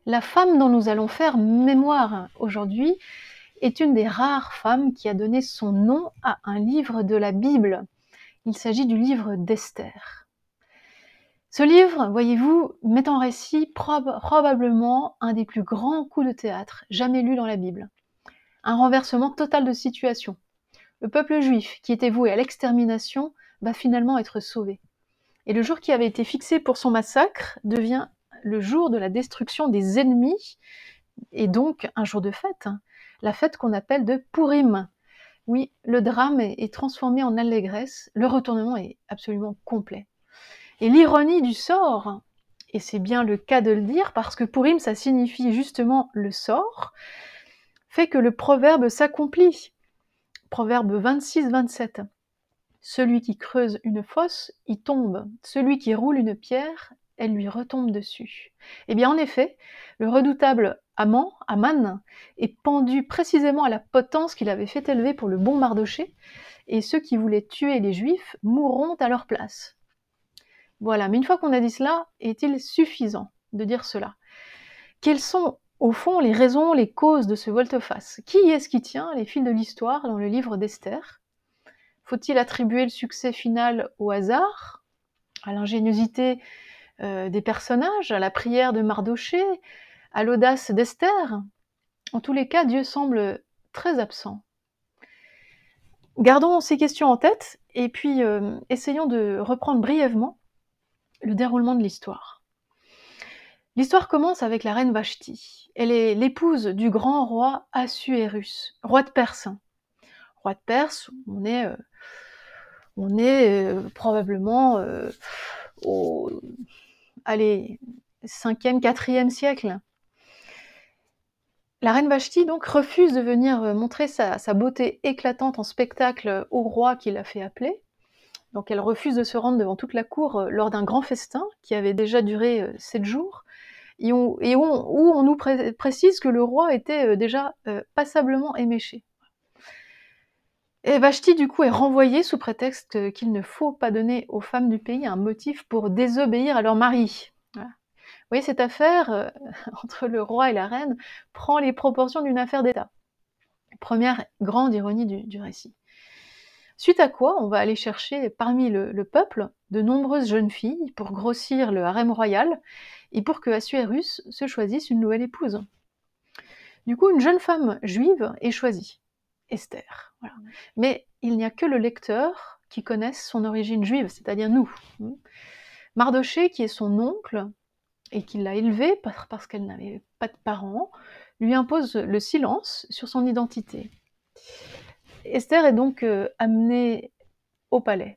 La femme dont nous allons faire mémoire aujourd'hui est une des rares femmes qui a donné son nom à un livre de la Bible. Il s'agit du livre d'Esther. Ce livre, voyez-vous, met en récit probablement un des plus grands coups de théâtre jamais lus dans la Bible. Un renversement total de situation. Le peuple juif, qui était voué à l'extermination, va finalement être sauvé. Et le jour qui avait été fixé pour son massacre devient le jour de la destruction des ennemis, et donc un jour de fête, la fête qu'on appelle de Purim. Oui, le drame est transformé en allégresse, le retournement est absolument complet. Et l'ironie du sort, et c'est bien le cas de le dire, parce que Purim, ça signifie justement le sort, fait que le proverbe s'accomplit. Proverbe 26-27. Celui qui creuse une fosse, y tombe. Celui qui roule une pierre, elle lui retombe dessus. Eh bien, en effet, le redoutable Aman, est pendu précisément à la potence qu'il avait fait élever pour le bon Mardochée, et ceux qui voulaient tuer les Juifs mourront à leur place. Voilà, mais une fois qu'on a dit cela, est-il suffisant de dire cela? Quelles sont, au fond, les raisons, les causes de ce volte-face? Qui est-ce qui tient les fils de l'histoire dans le livre d'Esther? Faut-il attribuer le succès final au hasard, à l'ingéniosité des personnages, à la prière de Mardochée, à l'audace d'Esther? En tous les cas, Dieu semble très absent. Gardons ces questions en tête et puis essayons de reprendre brièvement le déroulement de l'histoire. L'histoire commence avec la reine Vashti. Elle est l'épouse du grand roi Assuérus, roi de Perse. Roi de Perse, on est probablement au 5e, 4e siècle. La reine Vashti donc refuse de venir montrer sa beauté éclatante en spectacle au roi qui l'a fait appeler. Donc elle refuse de se rendre devant toute la cour lors d'un grand festin qui avait déjà duré 7 jours, où on nous précise que le roi était déjà passablement éméché. Et Vashti, du coup, est renvoyée sous prétexte qu'il ne faut pas donner aux femmes du pays un motif pour désobéir à leur mari. Voilà. Vous voyez, cette affaire entre le roi et la reine prend les proportions d'une affaire d'État. Première grande ironie du récit. Suite à quoi, on va aller chercher parmi le peuple de nombreuses jeunes filles pour grossir le harem royal et pour que Assuérus se choisisse une nouvelle épouse. Du coup, une jeune femme juive est choisie, Esther. Voilà. Mais il n'y a que le lecteur qui connaisse son origine juive, c'est-à-dire nous. Mardochée, qui est son oncle et qui l'a élevée parce qu'elle n'avait pas de parents, lui impose le silence sur son identité. Esther est donc amenée au palais.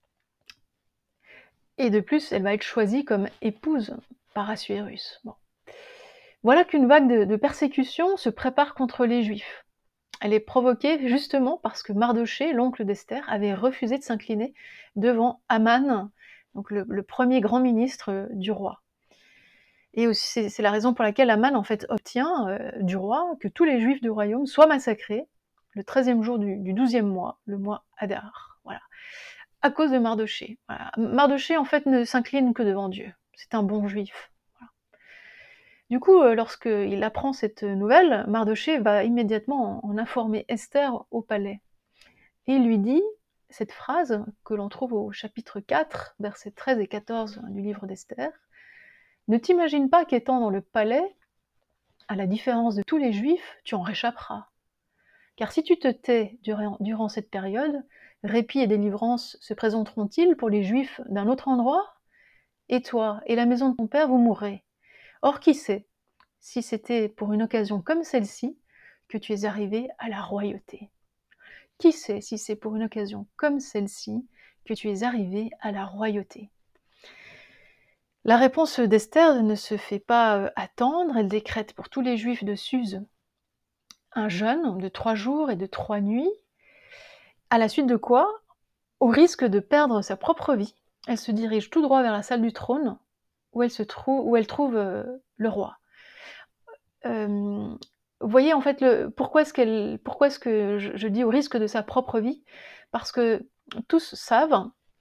Et de plus, elle va être choisie comme épouse par Assuérus. Bon. Voilà qu'une vague de persécution se prépare contre les Juifs. Elle est provoquée justement parce que Mardochée, l'oncle d'Esther, avait refusé de s'incliner devant Aman, donc le premier grand ministre du roi. Et aussi, c'est la raison pour laquelle Aman en fait obtient du roi que tous les Juifs du royaume soient massacrés le 13e jour du 12e mois, le mois Adar. Voilà. À cause de Mardochée. Voilà. Mardochée en fait ne s'incline que devant Dieu. C'est un bon juif. Voilà. Du coup, lorsqu'il apprend cette nouvelle, Mardochée va immédiatement en informer Esther au palais. Et il lui dit cette phrase que l'on trouve au chapitre 4, versets 13 et 14 du livre d'Esther. Ne t'imagine pas qu'étant dans le palais, à la différence de tous les Juifs, tu en réchapperas. Car si tu te tais durant cette période, répit et délivrance se présenteront-ils pour les Juifs d'un autre endroit? Et toi et la maison de ton père, vous mourrez. Or qui sait si c'était pour une occasion comme celle-ci que tu es arrivé à la royauté? Qui sait si c'est pour une occasion comme celle-ci que tu es arrivé à la royauté? La réponse d'Esther ne se fait pas attendre, elle décrète pour tous les Juifs de Suse un jeûne de 3 jours et de 3 nuits, à la suite de quoi, au risque de perdre sa propre vie, elle se dirige tout droit vers la salle du trône, où elle trouve le roi. Vous voyez en fait pourquoi est-ce que je dis au risque de sa propre vie? Parce que tous savent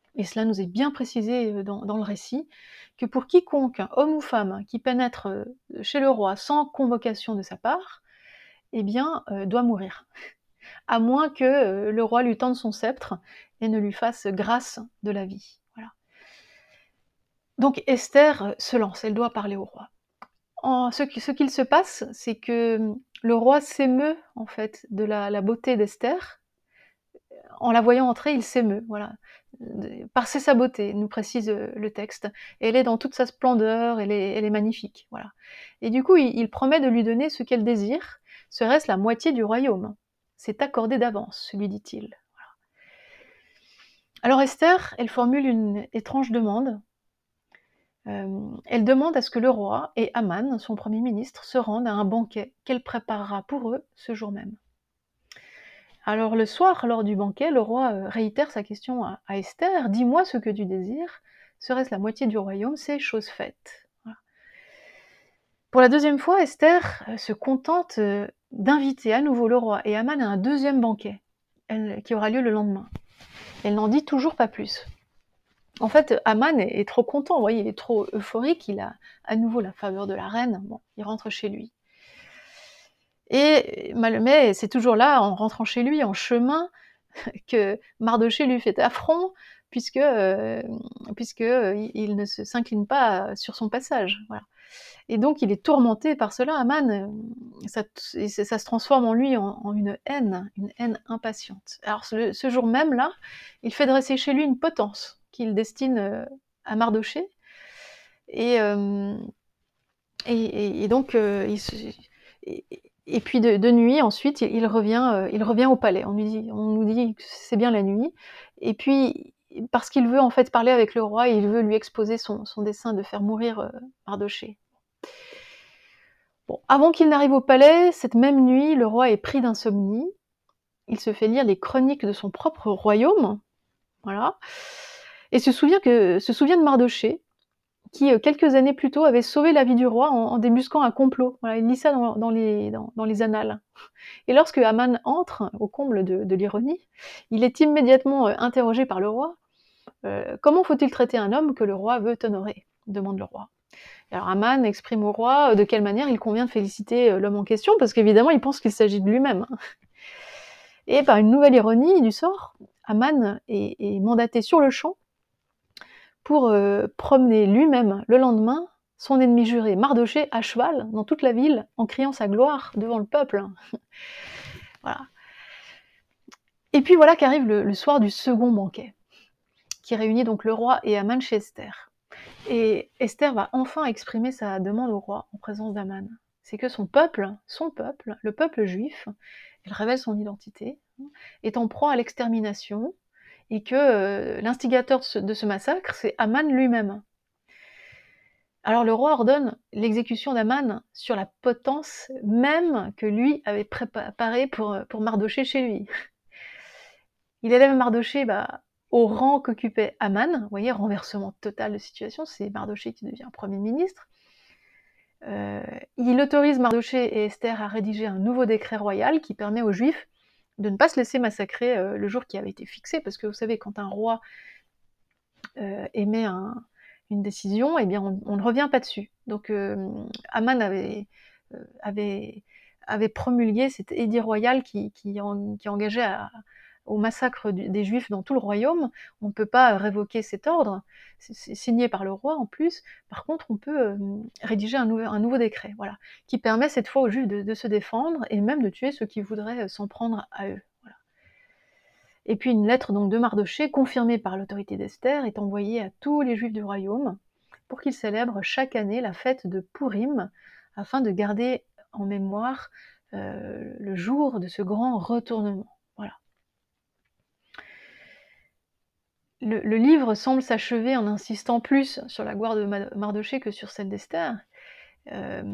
et cela nous est bien précisé dans le récit, que pour quiconque, homme ou femme, qui pénètre chez le roi sans convocation de sa part, eh bien, doit mourir. À moins que le roi lui tende son sceptre et ne lui fasse grâce de la vie. Voilà. Donc Esther se lance, elle doit parler au roi. Ce qu'il se passe, c'est que le roi s'émeut en fait de la beauté d'Esther. En la voyant entrer, il s'émeut, voilà. Par sa beauté, nous précise le texte. Elle est dans toute sa splendeur, elle est magnifique, voilà. Et du coup, il promet de lui donner ce qu'elle désire, serait-ce la moitié du royaume. C'est accordé d'avance, lui dit-il. Alors Esther, elle formule une étrange demande. Elle demande à ce que le roi et Aman, son premier ministre, se rendent à un banquet qu'elle préparera pour eux ce jour même. Alors le soir, lors du banquet, le roi réitère sa question à Esther: dis-moi ce que tu désires, serait-ce la moitié du royaume, c'est chose faite. Voilà. Pour la deuxième fois, Esther se contente d'inviter à nouveau le roi et Aman à un deuxième banquet, qui aura lieu le lendemain. Elle n'en dit toujours pas plus. En fait, Aman est trop content, vous voyez, il est trop euphorique, il a à nouveau la faveur de la reine, bon, il rentre chez lui. Mais c'est toujours là, en rentrant chez lui, en chemin, que Mardochée lui fait affront, puisque il ne s'incline pas sur son passage. Voilà. Et donc il est tourmenté par cela. Aman, ça se transforme en lui en une haine impatiente. Alors ce jour même là, il fait dresser chez lui une potence qu'il destine à Mardochée. Et donc et puis de nuit ensuite il revient au palais. On nous dit que c'est bien la nuit. Et puis parce qu'il veut en fait parler avec le roi, et il veut lui exposer son dessein de faire mourir Mardochée. Bon, avant qu'il n'arrive au palais, cette même nuit, le roi est pris d'insomnie. Il se fait lire les chroniques de son propre royaume, voilà, et se souvient de Mardochée, qui, quelques années plus tôt, avait sauvé la vie du roi en débusquant un complot. Voilà, il lit ça dans les annales. Et lorsque Aman entre, au comble de l'ironie, il est immédiatement interrogé par le roi. Comment faut-il traiter un homme que le roi veut honorer, demande le roi. Alors Aman exprime au roi de quelle manière il convient de féliciter l'homme en question, parce qu'évidemment il pense qu'il s'agit de lui-même. Et par une nouvelle ironie du sort, Aman est mandaté sur le champ pour promener lui-même le lendemain son ennemi juré Mardochée à cheval dans toute la ville en criant sa gloire devant le peuple. Voilà. Et puis voilà qu'arrive le soir du second banquet, qui réunit donc le roi et Aman chez Esther. Et Esther va enfin exprimer sa demande au roi en présence d'Aman. C'est que son peuple, le peuple juif, elle révèle son identité, est en proie à l'extermination, et que l'instigateur de ce massacre, c'est Aman lui-même. Alors le roi ordonne l'exécution d'Aman sur la potence même que lui avait préparée pour Mardochée chez lui. Il élève Mardochée au rang qu'occupait Aman. Vous voyez, renversement total de situation, c'est Mardochée qui devient Premier ministre. Il autorise Mardochée et Esther à rédiger un nouveau décret royal qui permet aux Juifs de ne pas se laisser massacrer le jour qui avait été fixé, parce que vous savez, quand un roi émet une décision, eh bien on ne revient pas dessus. Donc Aman avait promulgué cet édit royal qui engageait au massacre des Juifs dans tout le royaume. On ne peut pas révoquer cet ordre, c'est signé par le roi en plus. Par contre, on peut rédiger un nouveau décret, voilà, qui permet cette fois aux Juifs de se défendre et même de tuer ceux qui voudraient s'en prendre à eux. Voilà. Et puis une lettre donc de Mardochée, confirmée par l'autorité d'Esther, est envoyée à tous les Juifs du royaume pour qu'ils célèbrent chaque année la fête de Pourim, afin de garder en mémoire le jour de ce grand retournement. Voilà. Le livre semble s'achever en insistant plus sur la gloire de Mardochée que sur celle d'Esther. Pourquoi ?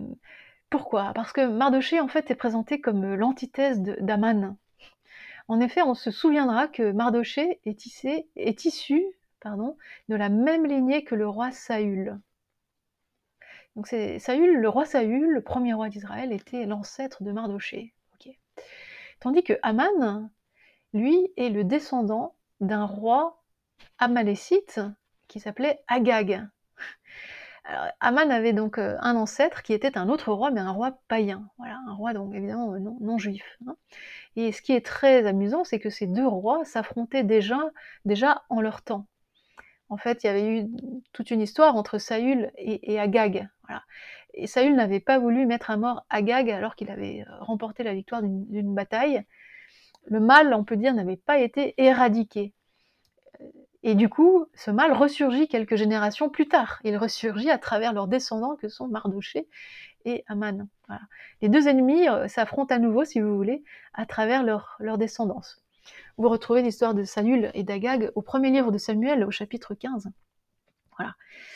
Parce que Mardochée, en fait, est présenté comme l'antithèse d'Aman. En effet, on se souviendra que Mardochée est issu de la même lignée que le roi Saül. Donc le roi Saül, le premier roi d'Israël, était l'ancêtre de Mardochée. Okay. Tandis que Aman, lui, est le descendant d'un roi amalécite qui s'appelait Agag. Alors, Aman avait donc un ancêtre qui était un autre roi, mais un roi païen. Voilà, un roi donc évidemment non juif, hein. Et ce qui est très amusant, c'est que ces deux rois s'affrontaient déjà en leur temps. En fait, il y avait eu toute une histoire entre Saül et Agag. Voilà. Et Saül n'avait pas voulu mettre à mort Agag alors qu'il avait remporté la victoire d'une bataille. Le mal, on peut dire, n'avait pas été éradiqué. Et du coup, ce mal ressurgit quelques générations plus tard. Il ressurgit à travers leurs descendants que sont Mardochée et Aman. Voilà. Les deux ennemis s'affrontent à nouveau, si vous voulez, à travers leur descendance. Vous retrouvez l'histoire de Saül et d'Agag au premier livre de Samuel, au chapitre 15. Voilà.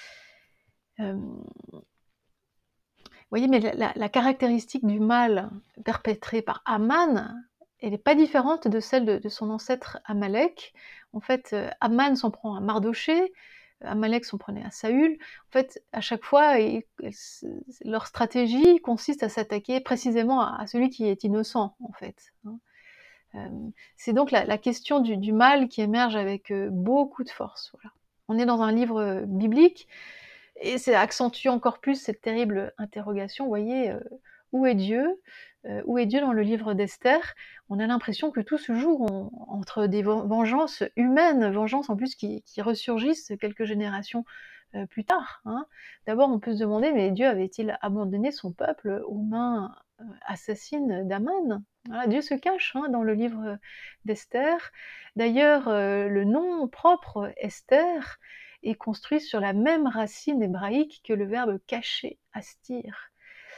Vous voyez, mais la caractéristique du mal perpétré par Aman, elle n'est pas différente de celle de son ancêtre Amalek. En fait, Aman s'en prend à Mardochée, Amalek s'en prenait à Saül. En fait, à chaque fois, leur stratégie consiste à s'attaquer précisément à celui qui est innocent, en fait, hein. C'est donc la question du mal qui émerge avec beaucoup de force. Voilà. On est dans un livre biblique, et ça accentue encore plus cette terrible interrogation, vous voyez, où est Dieu? Où est Dieu dans le livre d'Esther? On a l'impression que tout se joue entre des vengeances humaines, vengeances en plus qui ressurgissent quelques générations plus tard, hein. D'abord, on peut se demander, mais Dieu avait-il abandonné son peuple aux mains assassines d'Aman? Voilà, Dieu se cache, hein, dans le livre d'Esther. D'ailleurs, le nom propre Esther est construit sur la même racine hébraïque que le verbe cacher, astir.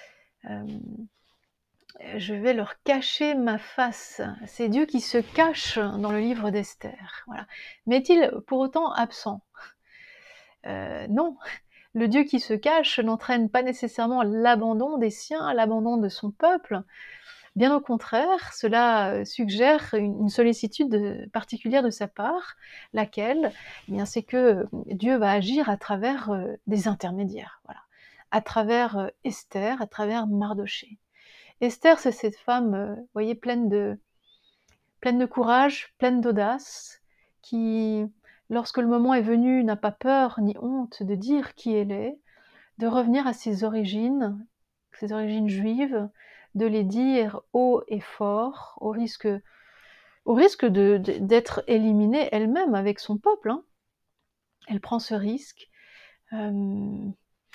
Je vais leur cacher ma face. C'est Dieu qui se cache dans le livre d'Esther. Voilà. Mais est-il pour autant absent? Non. Le Dieu qui se cache n'entraîne pas nécessairement l'abandon des siens, l'abandon de son peuple. Bien au contraire, cela suggère une sollicitude particulière de sa part, laquelle, eh bien, c'est que Dieu va agir à travers des intermédiaires, voilà, à travers Esther, à travers Mardochée. Esther, c'est cette femme, vous voyez, pleine de courage, pleine d'audace, qui, lorsque le moment est venu, n'a pas peur ni honte de dire qui elle est, de revenir à ses origines juives, de les dire haut et fort, au risque d'être éliminée elle-même avec son peuple, hein. Elle prend ce risque, euh,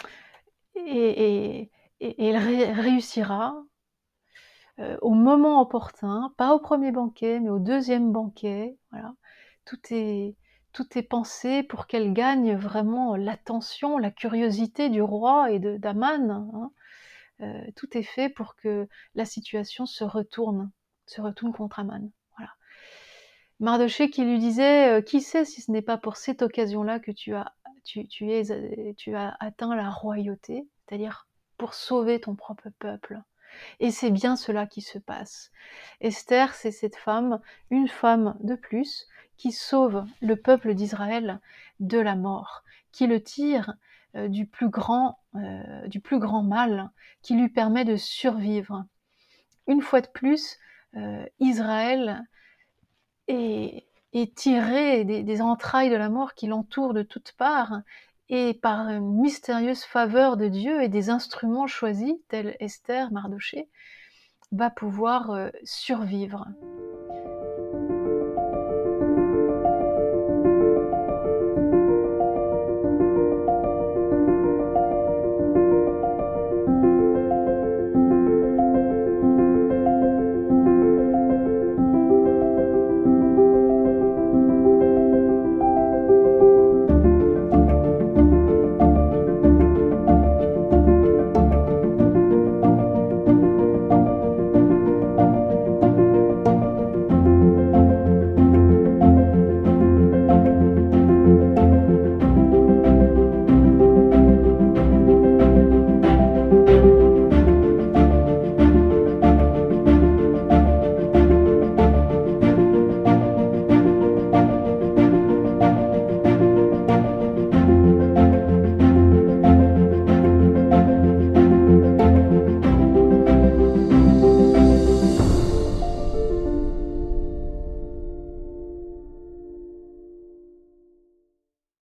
et, elle réussira au moment opportun, pas au premier banquet, mais au deuxième banquet. Voilà. Tout est, tout est pensé pour qu'elle gagne vraiment l'attention, la curiosité du roi et d'Aman, hein. Tout est fait pour que la situation se retourne contre Aman. Voilà. Mardochée qui lui disait qui sait si ce n'est pas pour cette occasion-là que tu as atteint la royauté, c'est-à-dire pour sauver ton propre peuple. Et c'est bien cela qui se passe. Esther, c'est cette femme, une femme de plus, qui sauve le peuple d'Israël de la mort, qui le tire du plus grand mal, qui lui permet de survivre. Une fois de plus, Israël est tiré des entrailles de la mort qui l'entourent de toutes parts, et par une mystérieuse faveur de Dieu et des instruments choisis, tels Esther, Mardochée, va pouvoir survivre.